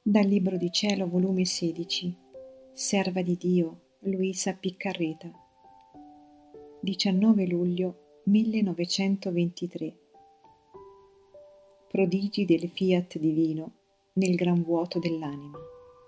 Dal Libro di Cielo, volume 16, Serva di Dio, Luisa Piccarreta, 19 luglio 1923. Prodigi del fiat divino nel gran vuoto dell'anima.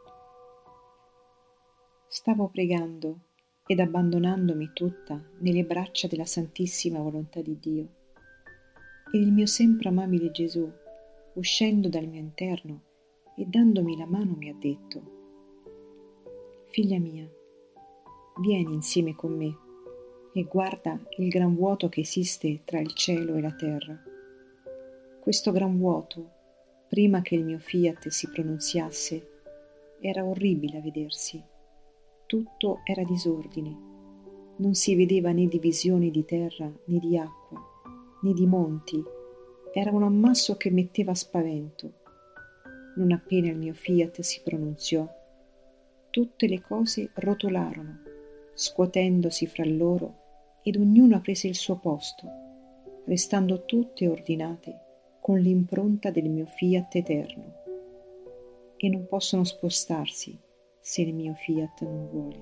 Stavo pregando ed abbandonandomi tutta nelle braccia della Santissima Volontà di Dio, ed il mio sempre amabile Gesù, uscendo dal mio interno e dandomi la mano, mi ha detto: «Figlia mia, vieni insieme con me e guarda il gran vuoto che esiste tra il cielo e la terra. Questo gran vuoto, prima che il mio fiat si pronunziasse, era orribile a vedersi. Tutto era disordine. Non si vedeva né divisione di terra, né di acqua, né di monti. Era un ammasso che metteva spavento. Non appena il mio fiat si pronunziò, tutte le cose rotolarono, scuotendosi fra loro, ed ognuna prese il suo posto, restando tutte ordinate con l'impronta del mio fiat eterno, e non possono spostarsi se il mio fiat non vuole.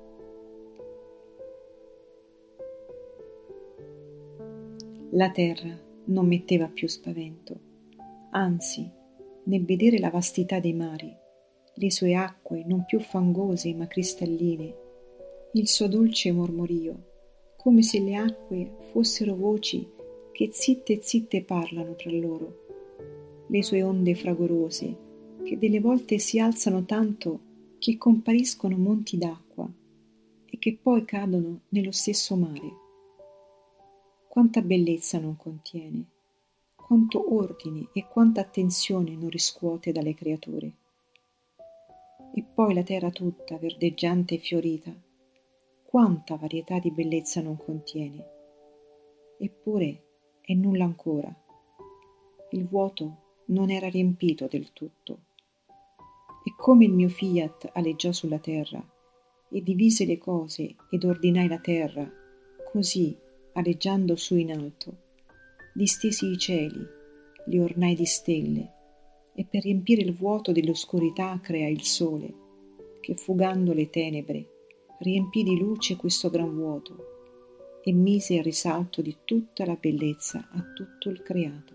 La terra non metteva più spavento, anzi, nel vedere la vastità dei mari, le sue acque non più fangose ma cristalline, il suo dolce mormorio, come se le acque fossero voci che zitte parlano tra loro, le sue onde fragorose, che delle volte si alzano tanto che compariscono monti d'acqua e che poi cadono nello stesso mare. Quanta bellezza non contiene, quanto ordine e quanta attenzione non riscuote dalle creature. E poi la terra tutta, verdeggiante e fiorita, quanta varietà di bellezza non contiene. Eppure è nulla ancora. Il vuoto non era riempito del tutto. E come il mio fiat aleggiò sulla terra e divise le cose ed ordinai la terra, così, aleggiando su in alto, distesi i cieli, li ornai di stelle, e per riempire il vuoto dell'oscurità creai il sole, che fugando le tenebre riempì di luce questo gran vuoto e mise il risalto di tutta la bellezza a tutto il creato.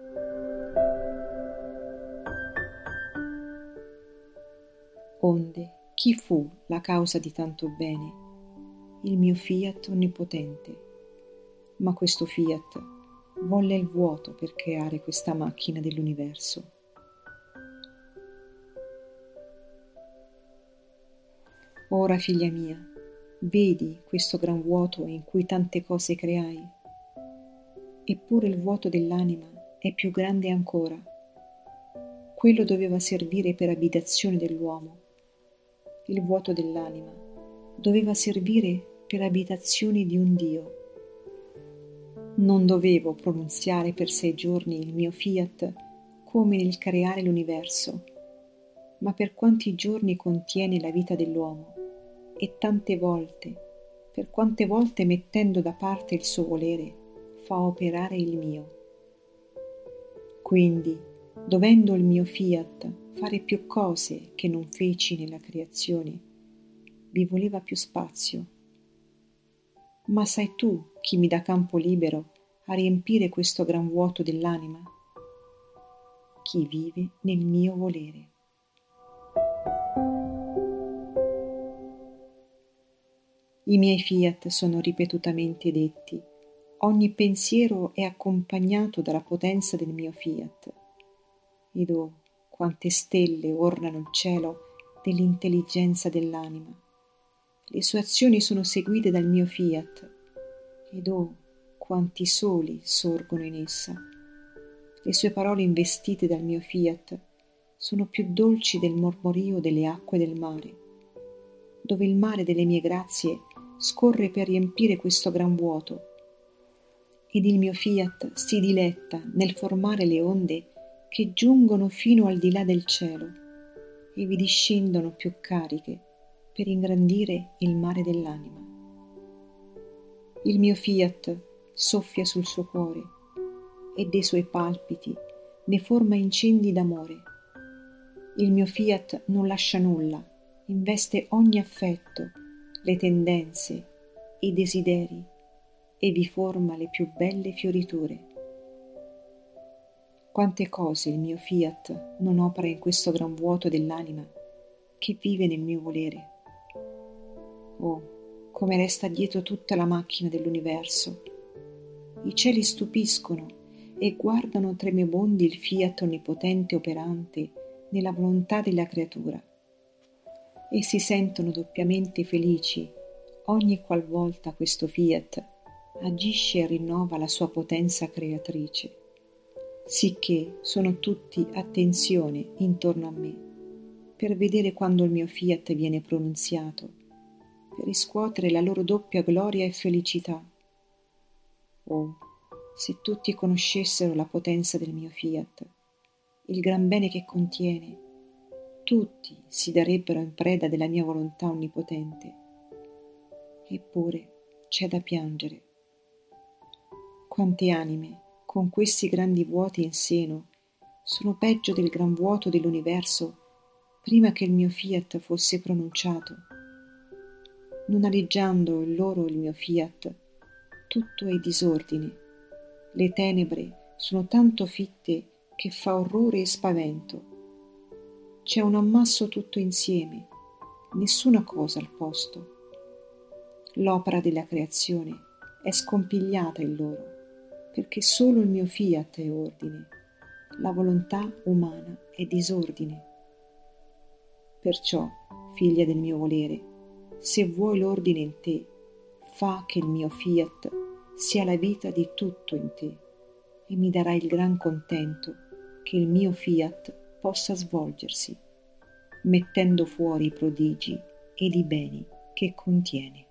Onde, chi fu la causa di tanto bene? Il mio fiat onnipotente. Ma questo fiat volle il vuoto per creare questa macchina dell'universo. Ora, figlia mia, vedi questo gran vuoto in cui tante cose creai? Eppure il vuoto dell'anima è più grande ancora. Quello doveva servire per abitazione dell'uomo. Il vuoto dell'anima doveva servire per abitazione di un Dio. Non dovevo pronunziare per 6 giorni il mio fiat come nel creare l'universo, ma per quanti giorni contiene la vita dell'uomo, e tante volte, per quante volte mettendo da parte il suo volere, fa operare il mio. Quindi, dovendo il mio fiat fare più cose che non feci nella creazione, vi voleva più spazio. Ma sai tu chi mi dà campo libero a riempire questo gran vuoto dell'anima? Chi vive nel mio volere. I miei fiat sono ripetutamente detti, ogni pensiero è accompagnato dalla potenza del mio fiat. Ed oh, quante stelle ornano il cielo dell'intelligenza dell'anima. Le sue azioni sono seguite dal mio fiat, ed oh, quanti soli sorgono in essa. Le sue parole investite dal mio fiat sono più dolci del mormorio delle acque del mare, dove il mare delle mie grazie scorre per riempire questo gran vuoto, ed il mio fiat si diletta nel formare le onde che giungono fino al di là del cielo e vi discendono più cariche per ingrandire il mare dell'anima. Il mio fiat soffia sul suo cuore e dei suoi palpiti ne forma incendi d'amore. Il mio fiat non lascia nulla, investe ogni affetto, le tendenze, i desideri e vi forma le più belle fioriture. Quante cose il mio fiat non opera in questo gran vuoto dell'anima che vive nel mio volere. Oh, come resta dietro tutta la macchina dell'universo. I cieli stupiscono e guardano tremebundi il fiat onnipotente operante nella volontà della creatura e si sentono doppiamente felici ogni qualvolta questo fiat agisce e rinnova la sua potenza creatrice, sicché sono tutti attenzione intorno a me per vedere quando il mio fiat viene pronunziato, per riscuotere la loro doppia gloria e felicità. Oh, se tutti conoscessero la potenza del mio fiat, il gran bene che contiene, tutti si darebbero in preda della mia volontà onnipotente. Eppure c'è da piangere. Quante anime, con questi grandi vuoti in seno, sono peggio del gran vuoto dell'universo prima che il mio fiat fosse pronunciato. Non aleggiando in loro il mio fiat, tutto è disordine. Le tenebre sono tanto fitte che fa orrore e spavento. C'è un ammasso tutto insieme, nessuna cosa al posto. L'opera della creazione è scompigliata in loro, perché solo il mio fiat è ordine, la volontà umana è disordine. Perciò, figlia del mio volere, se vuoi l'ordine in te, fa che il mio fiat sia la vita di tutto in te e mi darai il gran contento che il mio fiat possa svolgersi, mettendo fuori i prodigi ed i beni che contiene.